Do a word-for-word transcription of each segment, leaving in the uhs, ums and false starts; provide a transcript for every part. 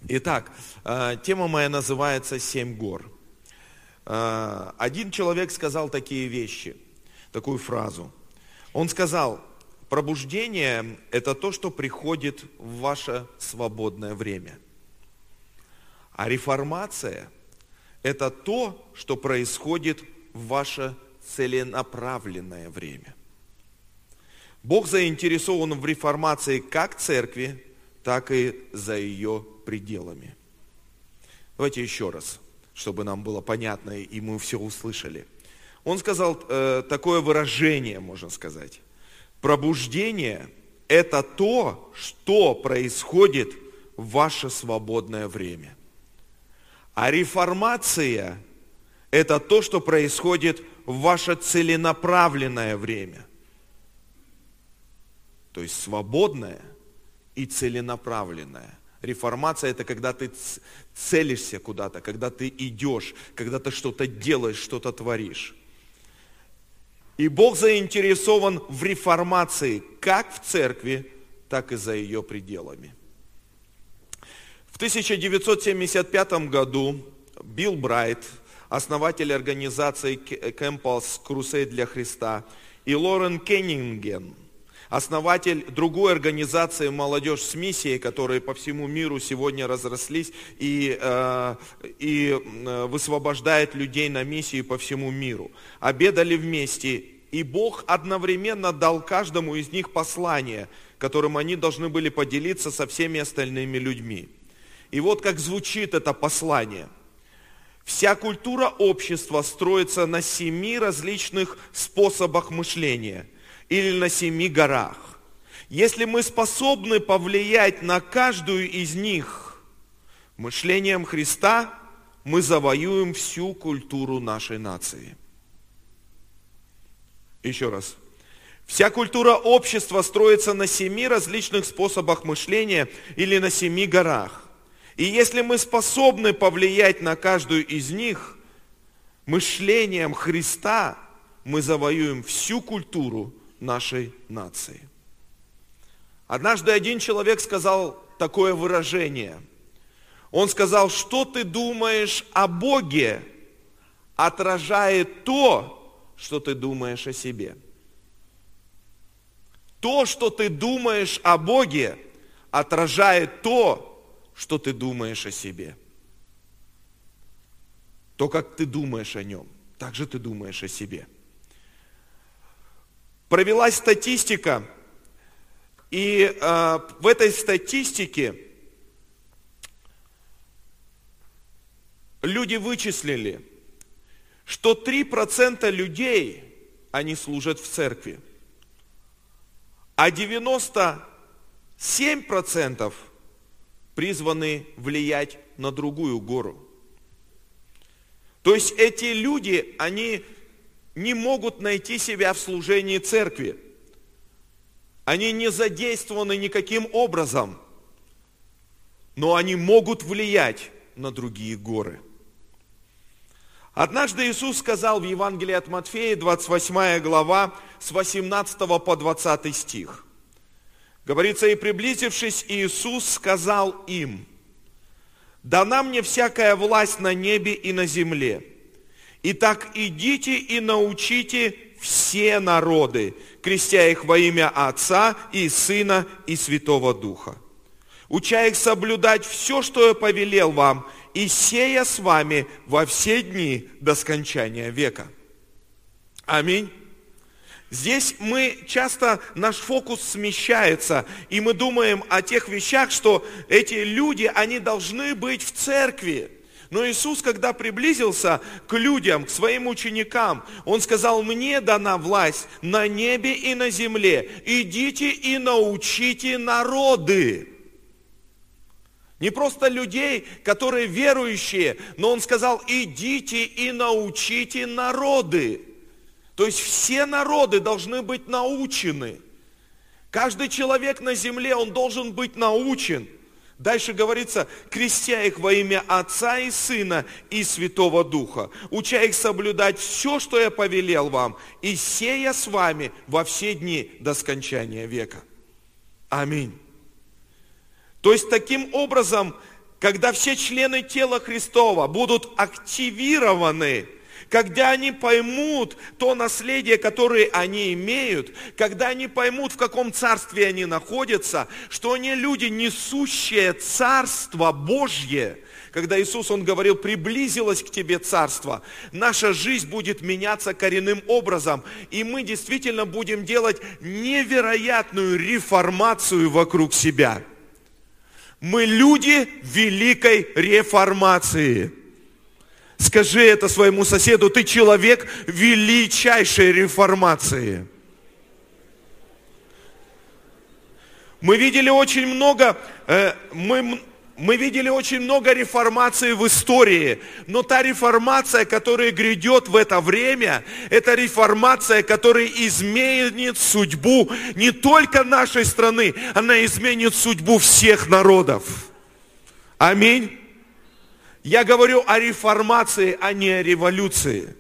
Итак, тема моя называется «Семь гор». Один человек сказал такие вещи, такую фразу. Он сказал: пробуждение – это то, что приходит в ваше свободное время. А реформация – это то, что происходит в ваше целенаправленное время. Бог заинтересован в реформации как церкви, так и за ее пределами. Давайте еще раз, чтобы нам было понятно и мы все услышали. Он сказал э, такое выражение, можно сказать. Пробуждение – это то, что происходит в ваше свободное время. А реформация – это то, что происходит в ваше целенаправленное время. То есть свободное и целенаправленное. Реформация – это когда ты целишься куда-то, когда ты идешь, когда ты что-то делаешь, что-то творишь. И Бог заинтересован в реформации как в церкви, так и за ее пределами. В тысяча девятьсот семьдесят пятом году Билл Брайт, основатель организации Campus Crusade для Христа, и Лорен Кеннинген, основатель другой организации «Молодежь с миссией», которые по всему миру сегодня разрослись и, э, и высвобождают людей на миссии по всему миру, обедали вместе, и Бог одновременно дал каждому из них послание, которым они должны были поделиться со всеми остальными людьми. И вот как звучит это послание. Вся культура общества строится на семи различных способах мышления или на семи горах. Если мы способны повлиять на каждую из них мышлением Христа, мы завоюем всю культуру нашей нации. Еще раз. Вся культура общества строится на семи различных способах мышления или на семи горах. И если мы способны повлиять на каждую из них мышлением Христа, мы завоюем всю культуру нашей нации. Однажды один человек сказал такое выражение. Он сказал: что ты думаешь о Боге, отражает то, что ты думаешь о себе. То, что ты думаешь о Боге, отражает то, что ты думаешь о себе. То, как ты думаешь о нем, так же ты думаешь о себе. Провелась статистика, и э, в этой статистике люди вычислили, что три процента людей, они служат в церкви, а девяносто семь процентов призваны влиять на другую гору. То есть эти люди, они не могут найти себя в служении церкви. Они не задействованы никаким образом, но они могут влиять на другие горы. Однажды Иисус сказал в Евангелии от Матфея, двадцать восьмая глава, с восемнадцатого по двадцатый стих. Говорится: «И приблизившись, Иисус сказал им: дана мне всякая власть на небе и на земле. Итак, идите и научите все народы, крестя их во имя Отца и Сына и Святого Духа, уча их соблюдать все, что я повелел вам, и сея с вами во все дни до скончания века». Аминь. Здесь мы часто, наш фокус смещается, и мы думаем о тех вещах, что эти люди, они должны быть в церкви. Но Иисус, когда приблизился к людям, к своим ученикам, Он сказал: мне дана власть на небе и на земле. Идите и научите народы. Не просто людей, которые верующие, но Он сказал: идите и научите народы. То есть все народы должны быть научены. Каждый человек на земле, он должен быть научен. Дальше говорится: крестя их во имя Отца и Сына и Святого Духа, уча их соблюдать все, что я повелел вам, и сея с вами во все дни до скончания века. Аминь. То есть таким образом когда все члены тела Христова будут активированы, когда они поймут то наследие, которое они имеют, когда они поймут, в каком царстве они находятся, что они люди, несущие Царство Божье. Когда Иисус, Он говорил, приблизилось к тебе Царство, наша жизнь будет меняться коренным образом, и мы действительно будем делать невероятную реформацию вокруг себя. Мы люди великой реформации. Скажи это своему соседу, ты человек величайшей реформации. Мы видели очень много, э, мы, мы видели очень много реформаций в истории, но та реформация, которая грядет в это время, это реформация, которая изменит судьбу не только нашей страны, она изменит судьбу всех народов. Аминь. Я говорю о реформации, а не о революции.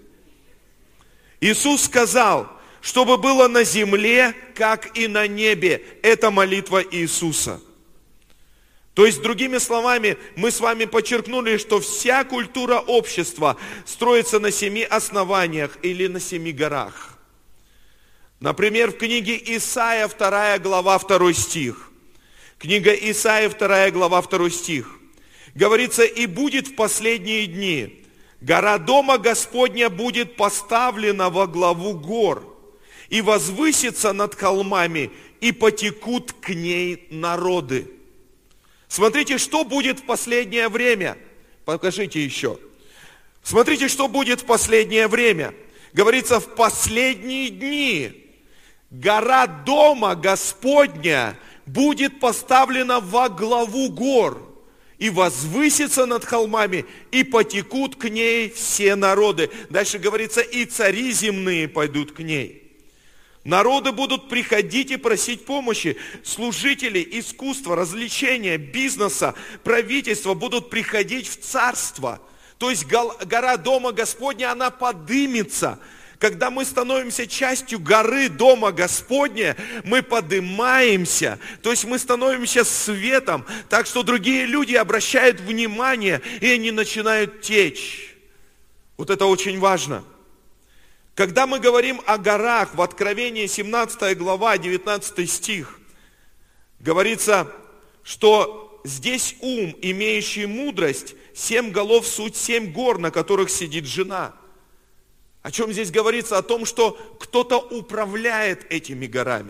Иисус сказал, чтобы было на земле, как и на небе. Это молитва Иисуса. То есть, другими словами, мы с вами подчеркнули, что вся культура общества строится на семи основаниях или на семи горах. Например, в книге Исаия, вторая глава, второй стих. Книга Исаия, вторая глава, второй стих. Говорится, и будет в последние дни, гора дома Господня будет поставлена во главу гор, и возвысится над холмами, и потекут к ней народы. Смотрите, что будет в последнее время. Покажите еще. Смотрите, что будет в последнее время. Говорится, в последние дни гора дома Господня будет поставлена во главу гор, и возвысится над холмами, и потекут к ней все народы. Дальше говорится, и цари земные пойдут к ней. Народы будут приходить и просить помощи. Служители искусства, развлечения, бизнеса, правительства будут приходить в царство. То есть гора дома Господня, она подымется. Когда мы становимся частью горы дома Господня, мы поднимаемся, то есть мы становимся светом, так что другие люди обращают внимание, и они начинают течь. Вот это очень важно. Когда мы говорим о горах, в Откровении семнадцатая глава, девятнадцатый стих, говорится, что здесь ум, имеющий мудрость, семь голов суть семь гор, на которых сидит жена. О чем здесь говорится? О том, что кто-то управляет этими горами.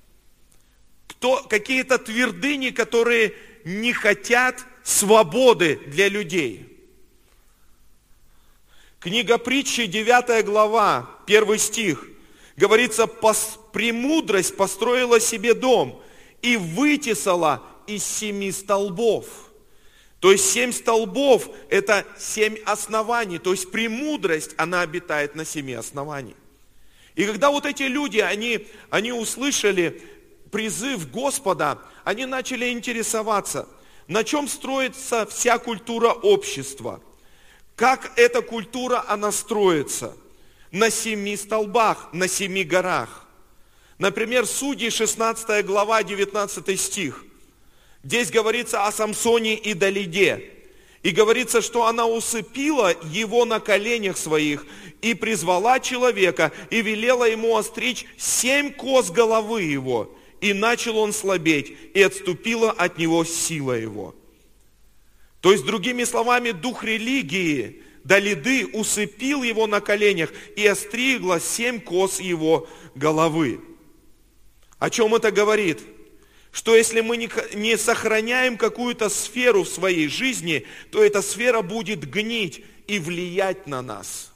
Кто, какие-то твердыни, которые не хотят свободы для людей. Книга Притчи, девятая глава, первый стих. Говорится, «Премудрость построила себе дом и вытесала из семи столбов». То есть семь столбов – это семь оснований. То есть премудрость, она обитает на семи основаниях. И когда вот эти люди, они, они услышали призыв Господа, они начали интересоваться, на чем строится вся культура общества. Как эта культура, она строится? На семи столбах, на семи горах. Например, Судьи, шестнадцатая глава, девятнадцатый стих. Здесь говорится о Самсоне и Далиде. И говорится, что она усыпила его на коленях своих и призвала человека, и велела ему остричь семь кос головы его. И начал он слабеть, и отступила от него сила его. То есть, другими словами, дух религии Далиды усыпил его на коленях и остригла семь кос его головы. О чем это говорит? Что если мы не сохраняем какую-то сферу в своей жизни, то эта сфера будет гнить и влиять на нас.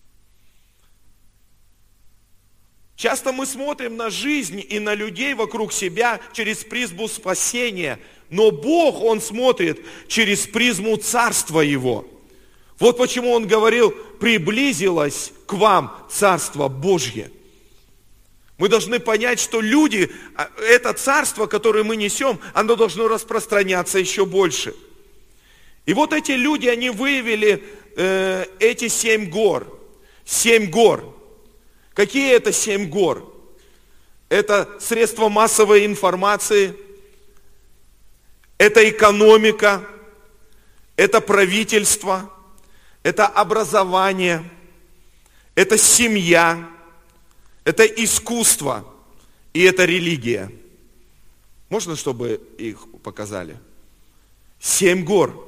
Часто мы смотрим на жизнь и на людей вокруг себя через призму спасения, но Бог, Он смотрит через призму Царства Его. Вот почему Он говорил, приблизилось к вам Царство Божье. Мы должны понять, что люди, это царство, которое мы несем, оно должно распространяться еще больше. И вот эти люди, они выявили э, эти семь гор. Семь гор. Какие это семь гор? Это средства массовой информации, это экономика, это правительство, это образование, это семья, это искусство и это религия. Можно, чтобы их показали? Семь гор.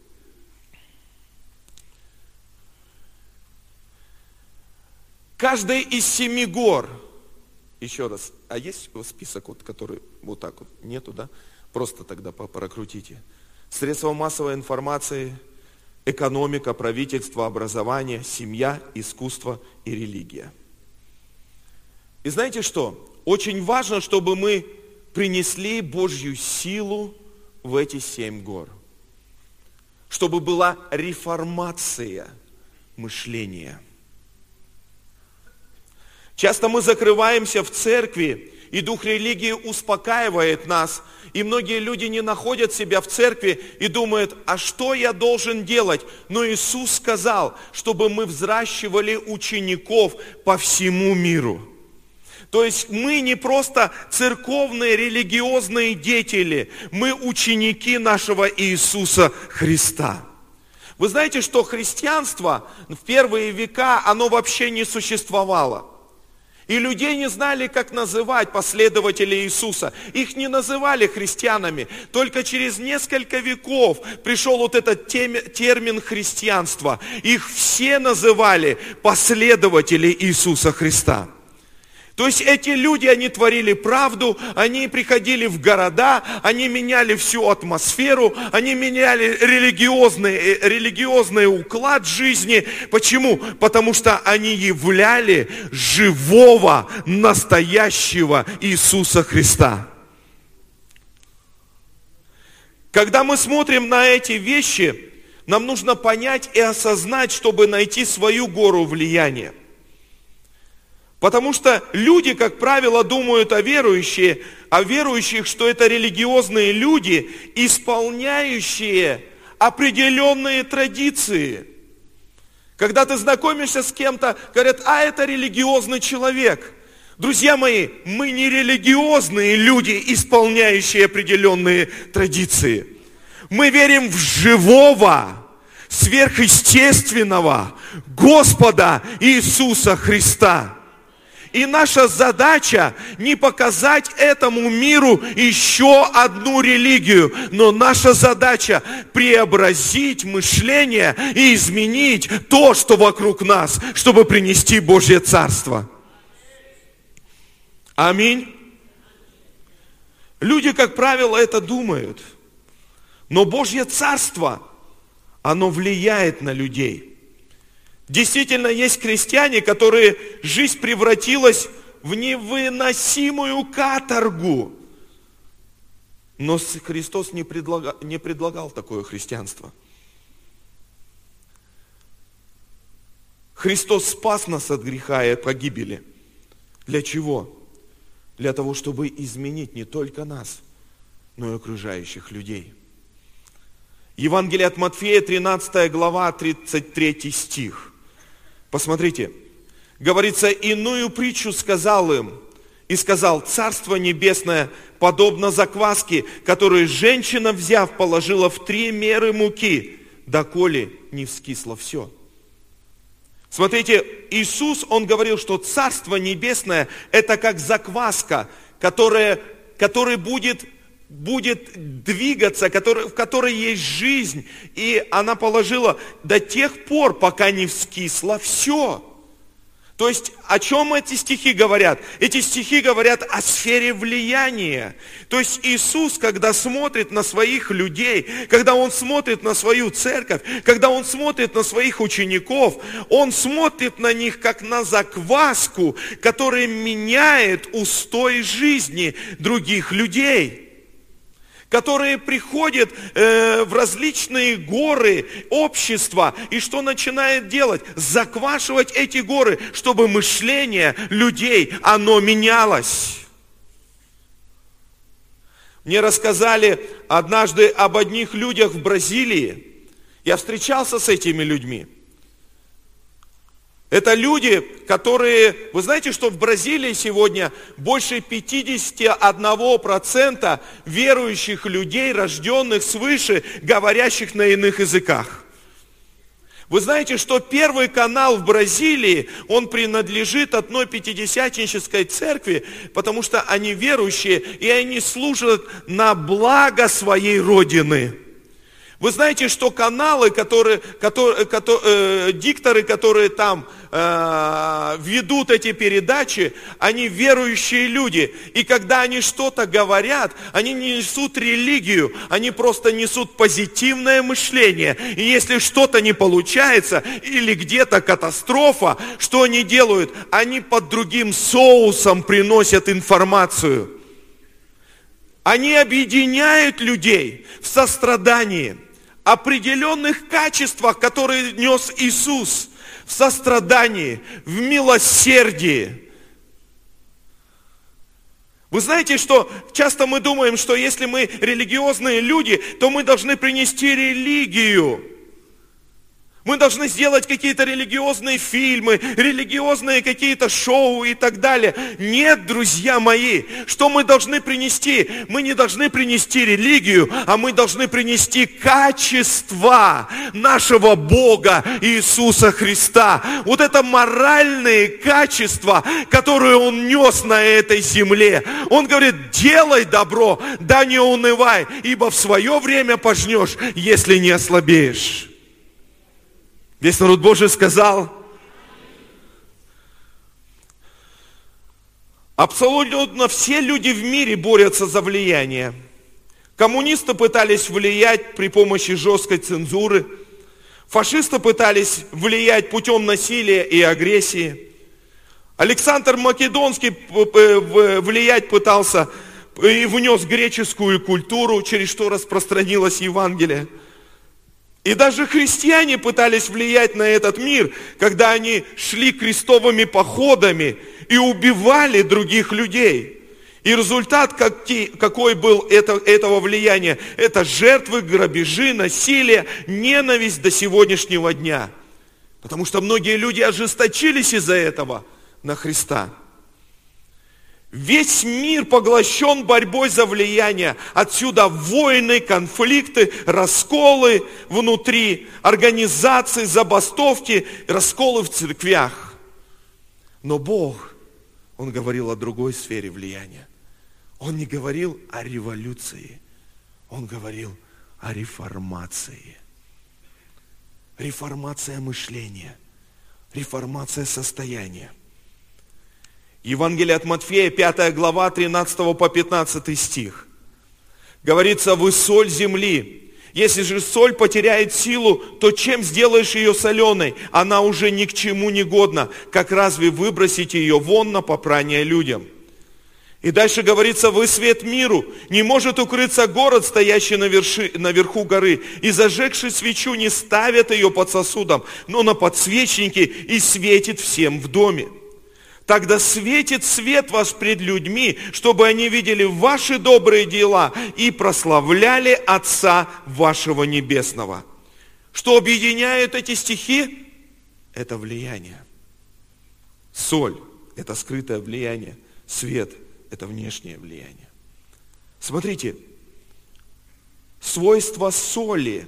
Каждая из семи гор, еще раз, а есть список, вот, который вот так вот, нету, да? Просто тогда прокрутите. Средства массовой информации, экономика, правительство, образование, семья, искусство и религия. И знаете что? Очень важно, чтобы мы принесли Божью силу в эти семь гор. Чтобы была реформация мышления. Часто мы закрываемся в церкви, и дух религии успокаивает нас. И многие люди не находят себя в церкви и думают, а что я должен делать? Но Иисус сказал, чтобы мы взращивали учеников по всему миру. То есть мы не просто церковные, религиозные деятели, мы ученики нашего Иисуса Христа. Вы знаете, что христианство в первые века, оно вообще не существовало. И людей не знали, как называть последователей Иисуса. Их не называли христианами. Только через несколько веков пришел вот этот термин христианства. Их все называли последователи Иисуса Христа. То есть эти люди, они творили правду, они приходили в города, они меняли всю атмосферу, они меняли религиозный, религиозный уклад жизни. Почему? Потому что они являли живого, настоящего Иисуса Христа. Когда мы смотрим на эти вещи, нам нужно понять и осознать, чтобы найти свою гору влияния. Потому что люди, как правило, думают о верующих, о верующих, что это религиозные люди, исполняющие определенные традиции. Когда ты знакомишься с кем-то, говорят, а это религиозный человек. Друзья мои, мы не религиозные люди, исполняющие определенные традиции. Мы верим в живого, сверхъестественного Господа Иисуса Христа. И наша задача не показать этому миру еще одну религию, но наша задача преобразить мышление и изменить то, что вокруг нас, чтобы принести Божье Царство. Аминь. Люди, как правило, это думают, но Божье Царство, оно влияет на людей. Действительно, есть христиане, которые жизнь превратилась в невыносимую каторгу. Но Христос не предлагал, не предлагал такое христианство. Христос спас нас от греха и от погибели. Для чего? Для того, чтобы изменить не только нас, но и окружающих людей. Евангелие от Матфея, тринадцатая глава, тридцать третий стих. Посмотрите, говорится, иную притчу сказал им, и сказал, Царство Небесное подобно закваске, которую женщина, взяв, положила в три меры муки, доколе не вскисло все. Смотрите, Иисус, Он говорил, что Царство Небесное, это как закваска, которая, которая будет... будет двигаться, который, в которой есть жизнь, и она положила до тех пор, пока не вскисло все. То есть, о чем эти стихи говорят? Эти стихи говорят о сфере влияния. То есть, Иисус, когда смотрит на своих людей, когда Он смотрит на свою церковь, когда Он смотрит на своих учеников, Он смотрит на них как на закваску, которая меняет устой жизни других людей, которые приходят э, в различные горы общества, и что начинает делать? Заквашивать эти горы, чтобы мышление людей, оно менялось. Мне рассказали однажды об одних людях в Бразилии. Я встречался с этими людьми. Это люди, которые, вы знаете, что в Бразилии сегодня больше пятьдесят один процент верующих людей, рожденных свыше, говорящих на иных языках. Вы знаете, что первый канал в Бразилии, он принадлежит одной пятидесятнической церкви, потому что они верующие, и они служат на благо своей родины. Вы знаете, что каналы, которые, которые, которые э, дикторы, которые там э, ведут эти передачи, они верующие люди. И когда они что-то говорят, они не несут религию, они просто несут позитивное мышление. И если что-то не получается, или где-то катастрофа, что они делают? Они под другим соусом приносят информацию. Они объединяют людей в сострадании, определенных качествах, которые нес Иисус, в сострадании, в милосердии. Вы знаете, что часто мы думаем, что если мы религиозные люди, то мы должны принести религию. Мы должны сделать какие-то религиозные фильмы, религиозные какие-то шоу и так далее. Нет, друзья мои, что мы должны принести? Мы не должны принести религию, а мы должны принести качество нашего Бога Иисуса Христа. Вот это моральные качества, которые Он нес на этой земле. Он говорит, делай добро, да не унывай, ибо в свое время пожнешь, если не ослабеешь. Весь народ Божий сказал, абсолютно все люди в мире борются за влияние. Коммунисты пытались влиять при помощи жесткой цензуры. Фашисты пытались влиять путем насилия и агрессии. Александр Македонский влиять пытался и внес греческую культуру, через что распространилось Евангелие. И даже христиане пытались влиять на этот мир, когда они шли крестовыми походами и убивали других людей. И результат какой был этого влияния? Это жертвы, грабежи, насилие, ненависть до сегодняшнего дня. Потому что многие люди ожесточились из-за этого на Христа. Весь мир поглощен борьбой за влияние. Отсюда войны, конфликты, расколы внутри, организации, забастовки, расколы в церквях. Но Бог, Он говорил о другой сфере влияния. Он не говорил о революции. Он говорил о реформации. Реформация мышления. Реформация состояния. Евангелие от Матфея, пятая глава, тринадцатого по пятнадцатый стих. Говорится, вы соль земли. Если же соль потеряет силу, то чем сделаешь ее соленой? Она уже ни к чему не годна. Как разве выбросите ее вон на попрание людям? И дальше говорится, вы свет миру. Не может укрыться город, стоящий на, верши, на верху горы. И зажегший свечу не ставят ее под сосудом, но на подсвечнике и светит всем в доме. Тогда светит свет ваш пред людьми, чтобы они видели ваши добрые дела и прославляли Отца вашего Небесного. Что объединяет эти стихи? Это влияние. Соль – это скрытое влияние. Свет – это внешнее влияние. Смотрите, свойство соли,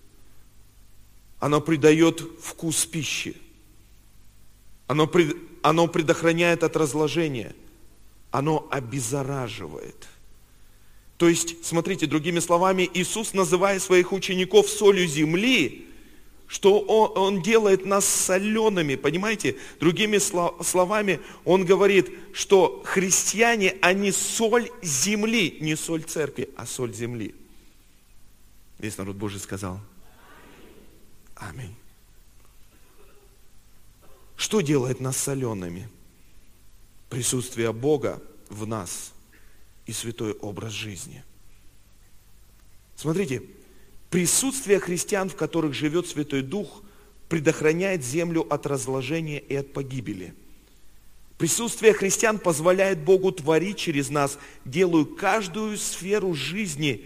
оно придает вкус пищи. Оно придает Оно предохраняет от разложения. Оно обеззараживает. То есть, смотрите, другими словами, Иисус, называя своих учеников солью земли, что Он, он делает нас солеными, понимаете? Другими словами, Он говорит, что христиане, они соль земли, не соль церкви, а соль земли. Весь народ Божий сказал. Аминь. Что делает нас солеными? Присутствие Бога в нас и святой образ жизни. Смотрите, присутствие христиан, в которых живет Святой Дух, предохраняет землю от разложения и от погибели. Присутствие христиан позволяет Богу творить через нас, делая каждую сферу жизни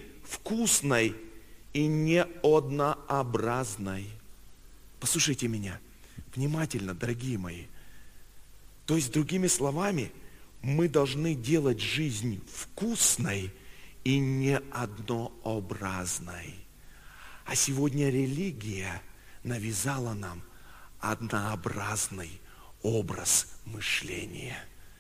вкусной и не однообразной. Послушайте меня. внимательно, дорогие мои. То есть, другими словами, мы должны делать жизнь вкусной и не однообразной. А сегодня религия навязала нам однообразный образ мышления.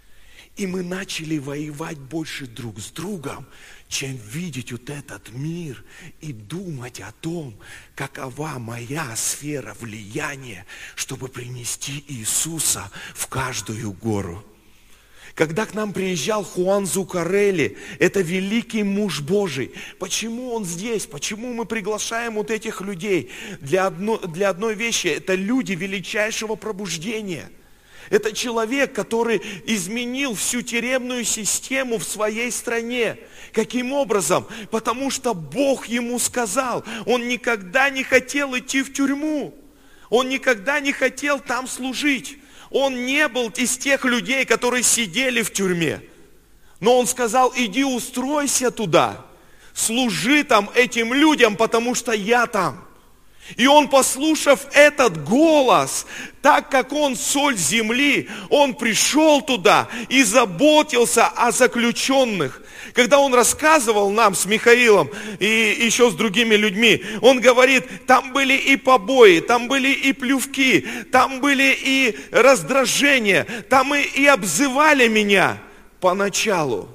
И мы начали воевать больше друг с другом, чем видеть вот этот мир и думать о том, какова моя сфера влияния, чтобы принести Иисуса в каждую гору. Когда к нам приезжал Хуан Зукарелли, это великий муж Божий, почему он здесь? Почему мы приглашаем вот этих людей? Для, одно, для одной вещи, это люди величайшего пробуждения. Это человек, который изменил всю тюремную систему в своей стране. Каким образом? Потому что Бог ему сказал, он никогда не хотел идти в тюрьму. Он никогда не хотел там служить. Он не был из тех людей, которые сидели в тюрьме. Но он сказал, иди устройся туда, служи там этим людям, потому что я там. И он, послушав этот голос, так как он соль земли, он пришел туда и заботился о заключенных. Когда он рассказывал нам с Михаилом и еще с другими людьми, он говорит, там были и побои, там были и плювки, там были и раздражения, там и, и обзывали меня поначалу.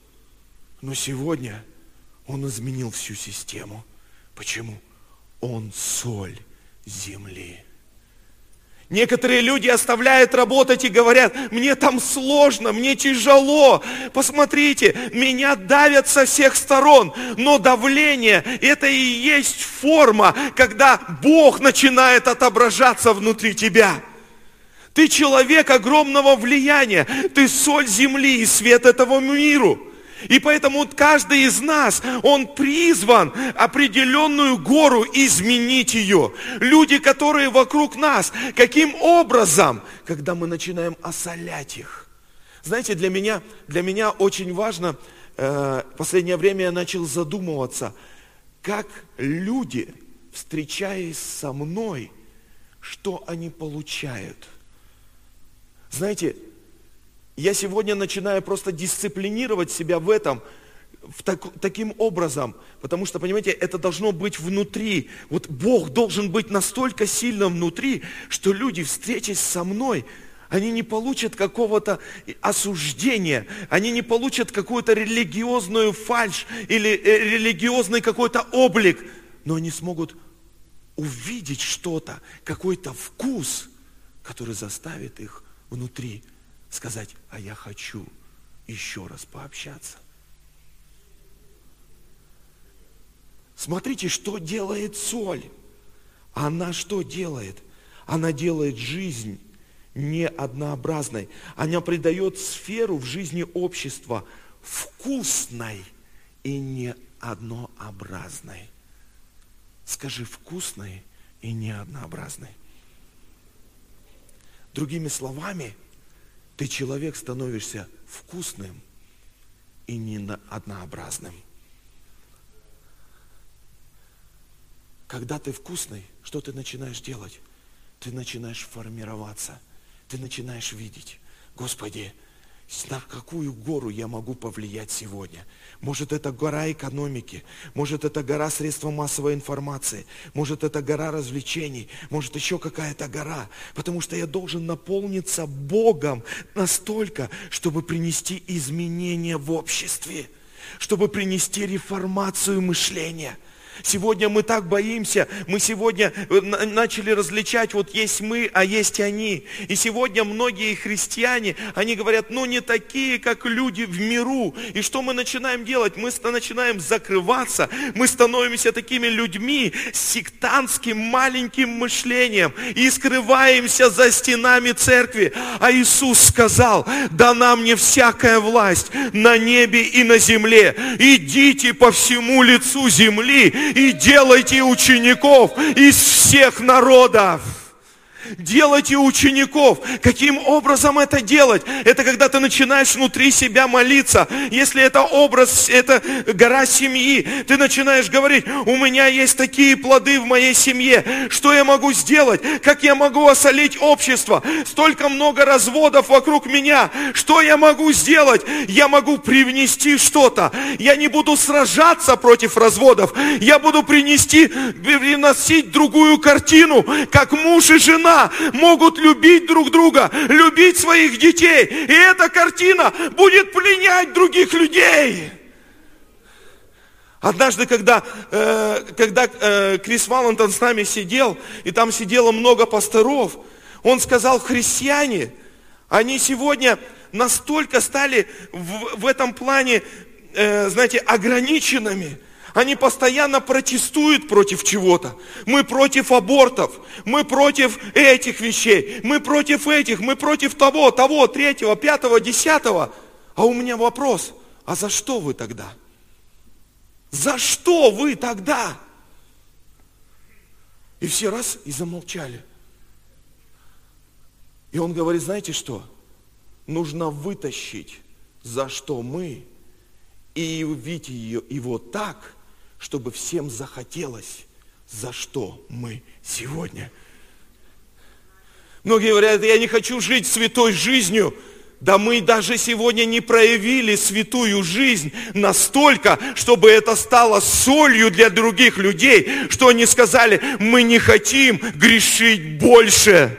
Но сегодня он изменил всю систему. Почему? Он соль земли. Некоторые люди оставляют работать и говорят, мне там сложно, мне тяжело. Посмотрите, меня давят со всех сторон. Но давление, это и есть форма, когда Бог начинает отображаться внутри тебя. Ты человек огромного влияния, ты соль земли и свет этому миру. И поэтому каждый из нас, он призван определенную гору изменить ее. Люди, которые вокруг нас, каким образом, когда мы начинаем осолять их. Знаете, для меня, для меня очень важно, э, в последнее время я начал задумываться, как люди, встречаясь со мной, что они получают. Знаете, я сегодня начинаю просто дисциплинировать себя в этом, в так, таким образом, потому что, понимаете, это должно быть внутри. Вот Бог должен быть настолько сильно внутри, что люди, встречаясь со мной, они не получат какого-то осуждения, они не получат какую-то религиозную фальшь или религиозный какой-то облик, но они смогут увидеть что-то, какой-то вкус, который заставит их внутри сказать, а я хочу еще раз пообщаться. Смотрите, что делает соль. Она что делает? Она делает жизнь не однообразной. Она придает сферу в жизни общества вкусной и не однообразной. Скажи, вкусной и не однообразной. Другими словами, ты, человек, становишься вкусным и не однообразным. Когда ты вкусный, что ты начинаешь делать? Ты начинаешь формироваться, ты начинаешь видеть, Господи, на какую гору я могу повлиять сегодня? Может, это гора экономики, может, это гора средств массовой информации, может, это гора развлечений, может, еще какая-то гора. Потому что я должен наполниться Богом настолько, чтобы принести изменения в обществе, чтобы принести реформацию мышления. Сегодня мы так боимся, мы сегодня начали различать, вот есть мы, а есть они. И сегодня многие христиане, они говорят, ну не такие, как люди в миру. И что мы начинаем делать? Мы начинаем закрываться, мы становимся такими людьми с сектантским маленьким мышлением и скрываемся за стенами церкви. А Иисус сказал, дана мне всякая власть на небе и на земле. Идите по всему лицу земли и делайте учеников из всех народов. Делайте учеников. Каким образом это делать? Это когда ты начинаешь внутри себя молиться. Если это образ, это гора семьи, ты начинаешь говорить: у меня есть такие плоды в моей семье. Что я могу сделать? Как я могу осолить общество? Столько много разводов вокруг меня. Что я могу сделать? Я могу привнести что-то. Я не буду сражаться против разводов. Я буду принести, приносить другую картину, как муж и жена могут любить друг друга, любить своих детей. И эта картина будет пленять других людей. Однажды, когда, э, когда э, Крис Валентон с нами сидел, и там сидело много пасторов, он сказал: христиане, они сегодня настолько стали в, в этом плане, э, знаете, ограниченными. Они постоянно протестуют против чего-то. Мы против абортов, мы против этих вещей, мы против этих, мы против того, того, третьего, пятого, десятого. А у меня вопрос: а за что вы тогда? За что вы тогда? И все раз и замолчали. И он говорит: знаете что? Нужно вытащить, за что мы, и явить ее, его так, чтобы всем захотелось, за что мы сегодня. Многие говорят: я не хочу жить святой жизнью. Да мы даже сегодня не проявили святую жизнь настолько, чтобы это стало солью для других людей, что они сказали: мы не хотим грешить больше.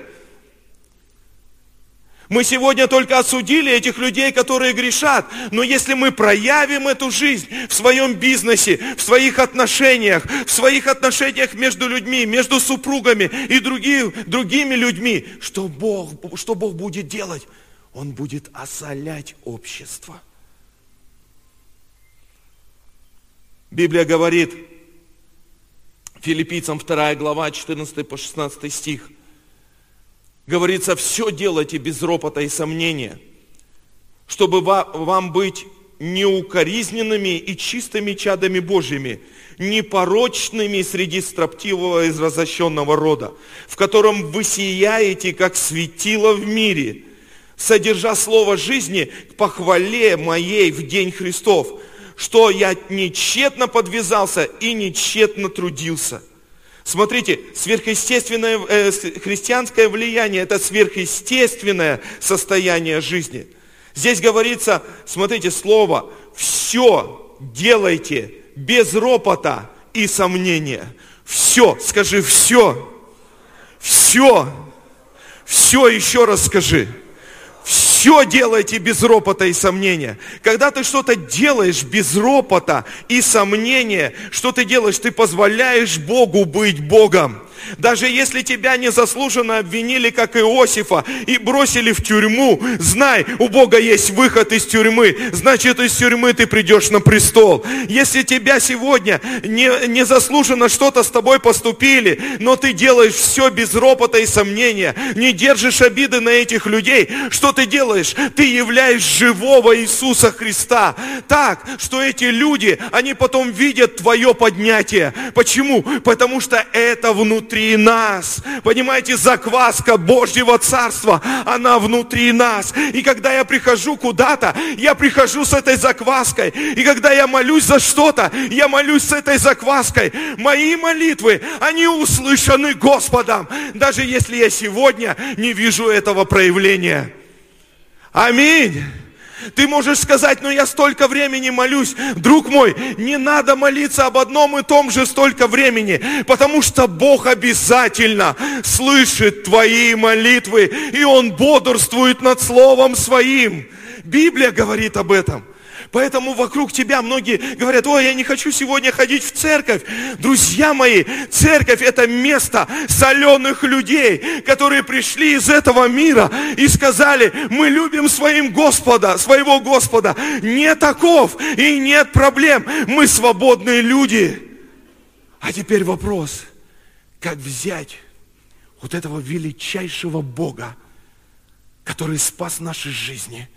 Мы сегодня только осудили этих людей, которые грешат. Но если мы проявим эту жизнь в своем бизнесе, в своих отношениях, в своих отношениях между людьми, между супругами и другими, другими людьми, что Бог, что Бог будет делать? Он будет осолять общество. Библия говорит, Филиппийцам вторая глава, четырнадцатый по шестнадцатый стих. Говорится: все делайте без ропота и сомнения, чтобы вам быть неукоризненными и чистыми чадами Божьими, непорочными среди строптивого и разощенного рода, в котором вы сияете, как светило в мире, содержа слово жизни к похвале моей в день Христов, что я не тщетно подвязался и не тщетно трудился. Смотрите, сверхъестественное э, христианское влияние – это сверхъестественное состояние жизни. Здесь говорится, смотрите, слово: все делайте без ропота и сомнения. Все, скажи, все. Все. Все, еще раз скажи. Все делайте без ропота и сомнения. Когда ты что-то делаешь без ропота и сомнения, что ты делаешь? Ты позволяешь Богу быть Богом. Даже если тебя незаслуженно обвинили, как Иосифа, и бросили в тюрьму, знай, у Бога есть выход из тюрьмы. Значит, из тюрьмы ты придешь на престол. Если тебя сегодня не, незаслуженно что-то с тобой поступили, но ты делаешь все без ропота и сомнения, не держишь обиды на этих людей, что ты делаешь? Ты являешь живого Иисуса Христа так, что эти люди, они потом видят твое поднятие. Почему? Потому что это внутри нас. Понимаете, закваска Божьего Царства, она внутри нас. И когда я прихожу куда-то, я прихожу с этой закваской. И когда я молюсь за что-то, я молюсь с этой закваской. Мои молитвы, они услышаны Господом, даже если я сегодня не вижу этого проявления. Аминь. Ты можешь сказать: ну я столько времени молюсь. Друг мой, не надо молиться об одном и том же столько времени, потому что Бог обязательно слышит твои молитвы, и Он бодрствует над Словом Своим. Библия говорит об этом. Поэтому вокруг тебя многие говорят: ой, я не хочу сегодня ходить в церковь. Друзья мои, церковь — это место соленых людей, которые пришли из этого мира и сказали: мы любим своим Господа, своего Господа. Не таков и нет проблем. Мы свободные люди. А теперь вопрос: как взять вот этого величайшего Бога, который спас наши жизни,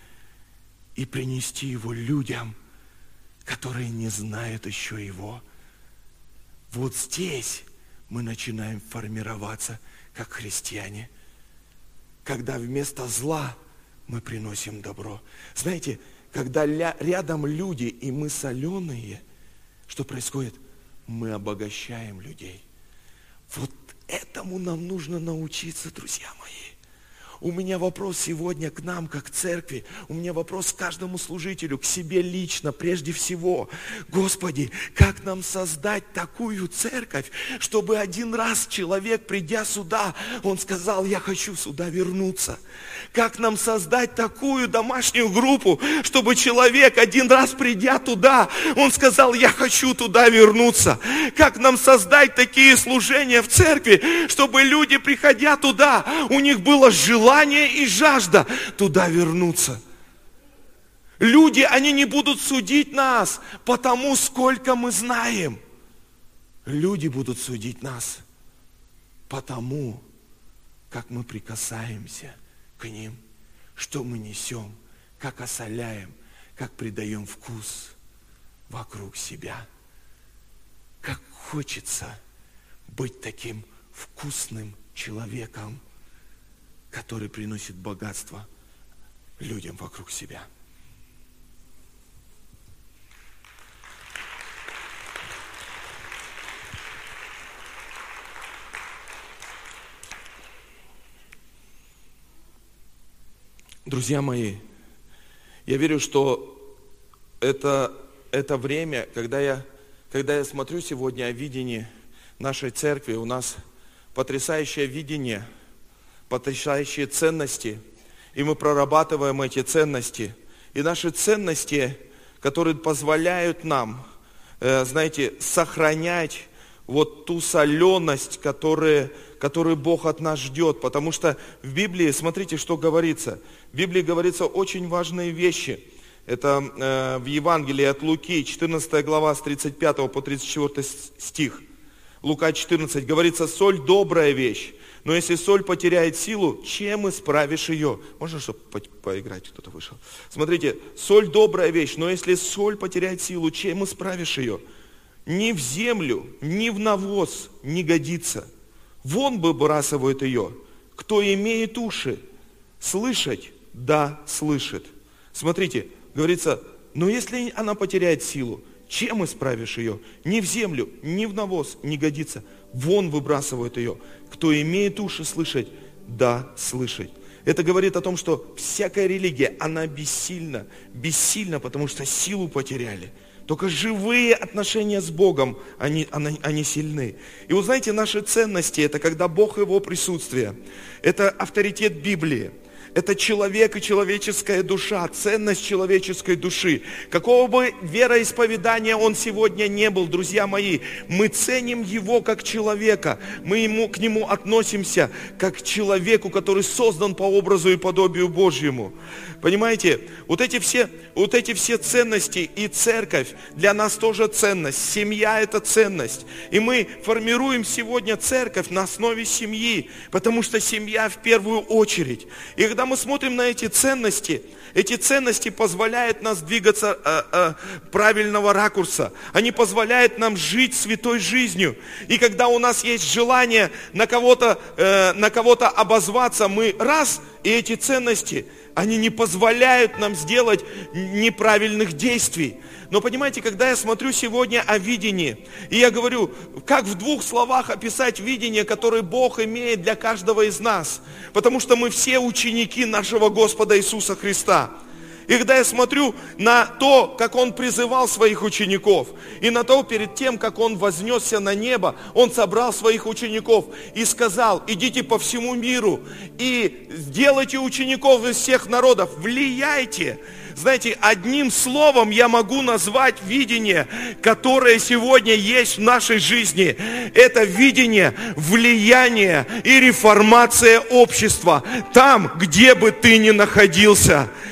и принести Его людям, которые не знают еще Его. Вот здесь мы начинаем формироваться как христиане. когда вместо зла мы приносим добро. Знаете, когда рядом люди, и мы соленые, что происходит? Мы обогащаем людей. Вот этому нам нужно научиться, друзья мои. У меня вопрос сегодня к нам, как к церкви. У меня вопрос к каждому служителю, к себе лично, прежде всего. Господи, как нам создать такую церковь, чтобы один раз человек, придя сюда, он сказал: я хочу сюда вернуться. Как нам создать такую домашнюю группу, чтобы человек, один раз придя туда, он сказал: я хочу туда вернуться. Как нам создать такие служения в церкви, чтобы люди, приходя туда, у них было желание и жажда туда вернуться. Люди, они не будут судить нас по тому, сколько мы знаем. Люди будут судить нас по тому, как мы прикасаемся к ним, что мы несем, как осоляем, как придаем вкус вокруг себя. Как хочется быть таким вкусным человеком, который приносит богатство людям вокруг себя. Друзья мои, я верю, что это, это время, когда я, когда я смотрю сегодня о видении нашей церкви, у нас потрясающее видение, потрясающие ценности, и мы прорабатываем эти ценности. И наши ценности, которые позволяют нам, знаете, сохранять вот ту соленость, которую, которую Бог от нас ждет. Потому что в Библии, смотрите, что говорится. В Библии говорится очень важные вещи. Это в Евангелии от Луки, четырнадцатая глава, с тридцать пятого по тридцать четвёртый стих. Лука четырнадцать, говорится: соль добрая вещь. Но если соль потеряет силу, чем исправишь ее? Можно, чтобы по- поиграть, кто-то вышел? Смотрите, соль добрая вещь, но если соль потеряет силу, чем исправишь ее? Ни в землю, ни в навоз не годится. Вон выбрасывают ее. Кто имеет уши слышать, да, слышит. Смотрите, говорится, но если она потеряет силу, чем исправишь ее? Ни в землю, ни в навоз не годится. Вон выбрасывают ее. Кто имеет уши слышать, да, слышать. Это говорит о том, что всякая религия, она бессильна. Бессильна, потому что силу потеряли. Только живые отношения с Богом, они, они, они сильны. И вот знаете, наши ценности, это когда Бог и Его присутствие. Это авторитет Библии. Это человек и человеческая душа, ценность человеческой души. Какого бы вероисповедания он сегодня не был, друзья мои, мы ценим его как человека. Мы ему, к нему относимся как к человеку, который создан по образу и подобию Божьему. Понимаете, вот эти все, вот эти все ценности и церковь для нас тоже ценность. Семья – это ценность. И мы формируем сегодня церковь на основе семьи, потому что семья в первую очередь. И когда мы смотрим на эти ценности, эти ценности позволяют нас двигаться э, э, правильного ракурса. Они позволяют нам жить святой жизнью. И когда у нас есть желание на кого-то, э, на кого-то обозваться, мы раз, и эти ценности, они не позволяют нам сделать неправильных действий. Но понимаете, когда я смотрю сегодня о видении, и я говорю, как в двух словах описать видение, которое Бог имеет для каждого из нас. Потому что мы все ученики нашего Господа Иисуса Христа. И когда я смотрю на то, как Он призывал своих учеников, и на то, перед тем, как Он вознесся на небо, Он собрал своих учеников и сказал: идите по всему миру и сделайте учеников из всех народов, влияйте. Знаете, одним словом я могу назвать видение, которое сегодня есть в нашей жизни. Это видение влияния и реформация общества. Там, где бы ты ни находился.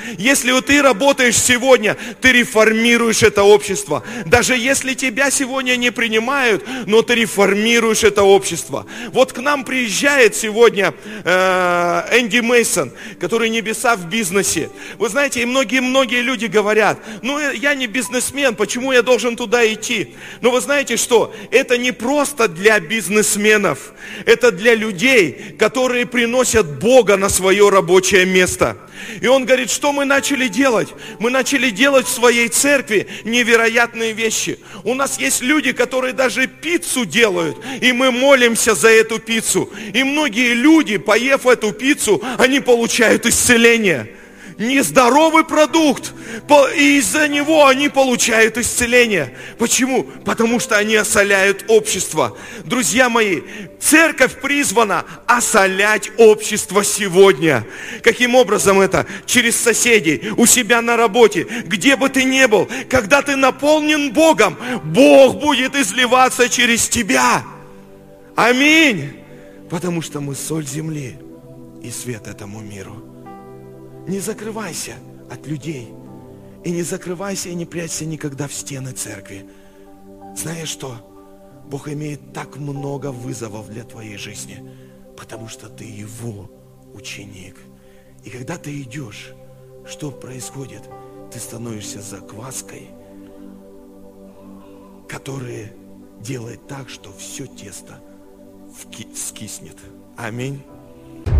Если вот ты работаешь сегодня, ты реформируешь это общество. Даже если тебя сегодня не принимают, но ты реформируешь это общество. Вот к нам приезжает сегодня э, Энди Мейсон, который небеса в бизнесе. Вы знаете, и многие-многие люди говорят, ну я не бизнесмен, почему я должен туда идти? Но вы знаете что? Это не просто для бизнесменов, это для людей, которые приносят Бога на свое рабочее место. И он говорит, что мы начали делать? Мы начали делать в своей церкви невероятные вещи. У нас есть люди, которые даже пиццу делают, и мы молимся за эту пиццу. И многие люди, поев эту пиццу, они получают исцеление. Нездоровый продукт, и из-за него они получают исцеление. Почему? Потому что они осоляют общество. Друзья мои, церковь призвана осолять общество сегодня. Каким образом это? Через соседей, у себя на работе, где бы ты ни был. Когда ты наполнен Богом, Бог будет изливаться через тебя. Аминь. Потому что мы соль земли и свет этому миру. Не закрывайся от людей. И не закрывайся и не прячься никогда в стены церкви. Знаешь что? Бог имеет так много вызовов для твоей жизни, потому что ты Его ученик. И когда ты идешь, что происходит? Ты становишься закваской, которая делает так, что все тесто скиснет. Аминь.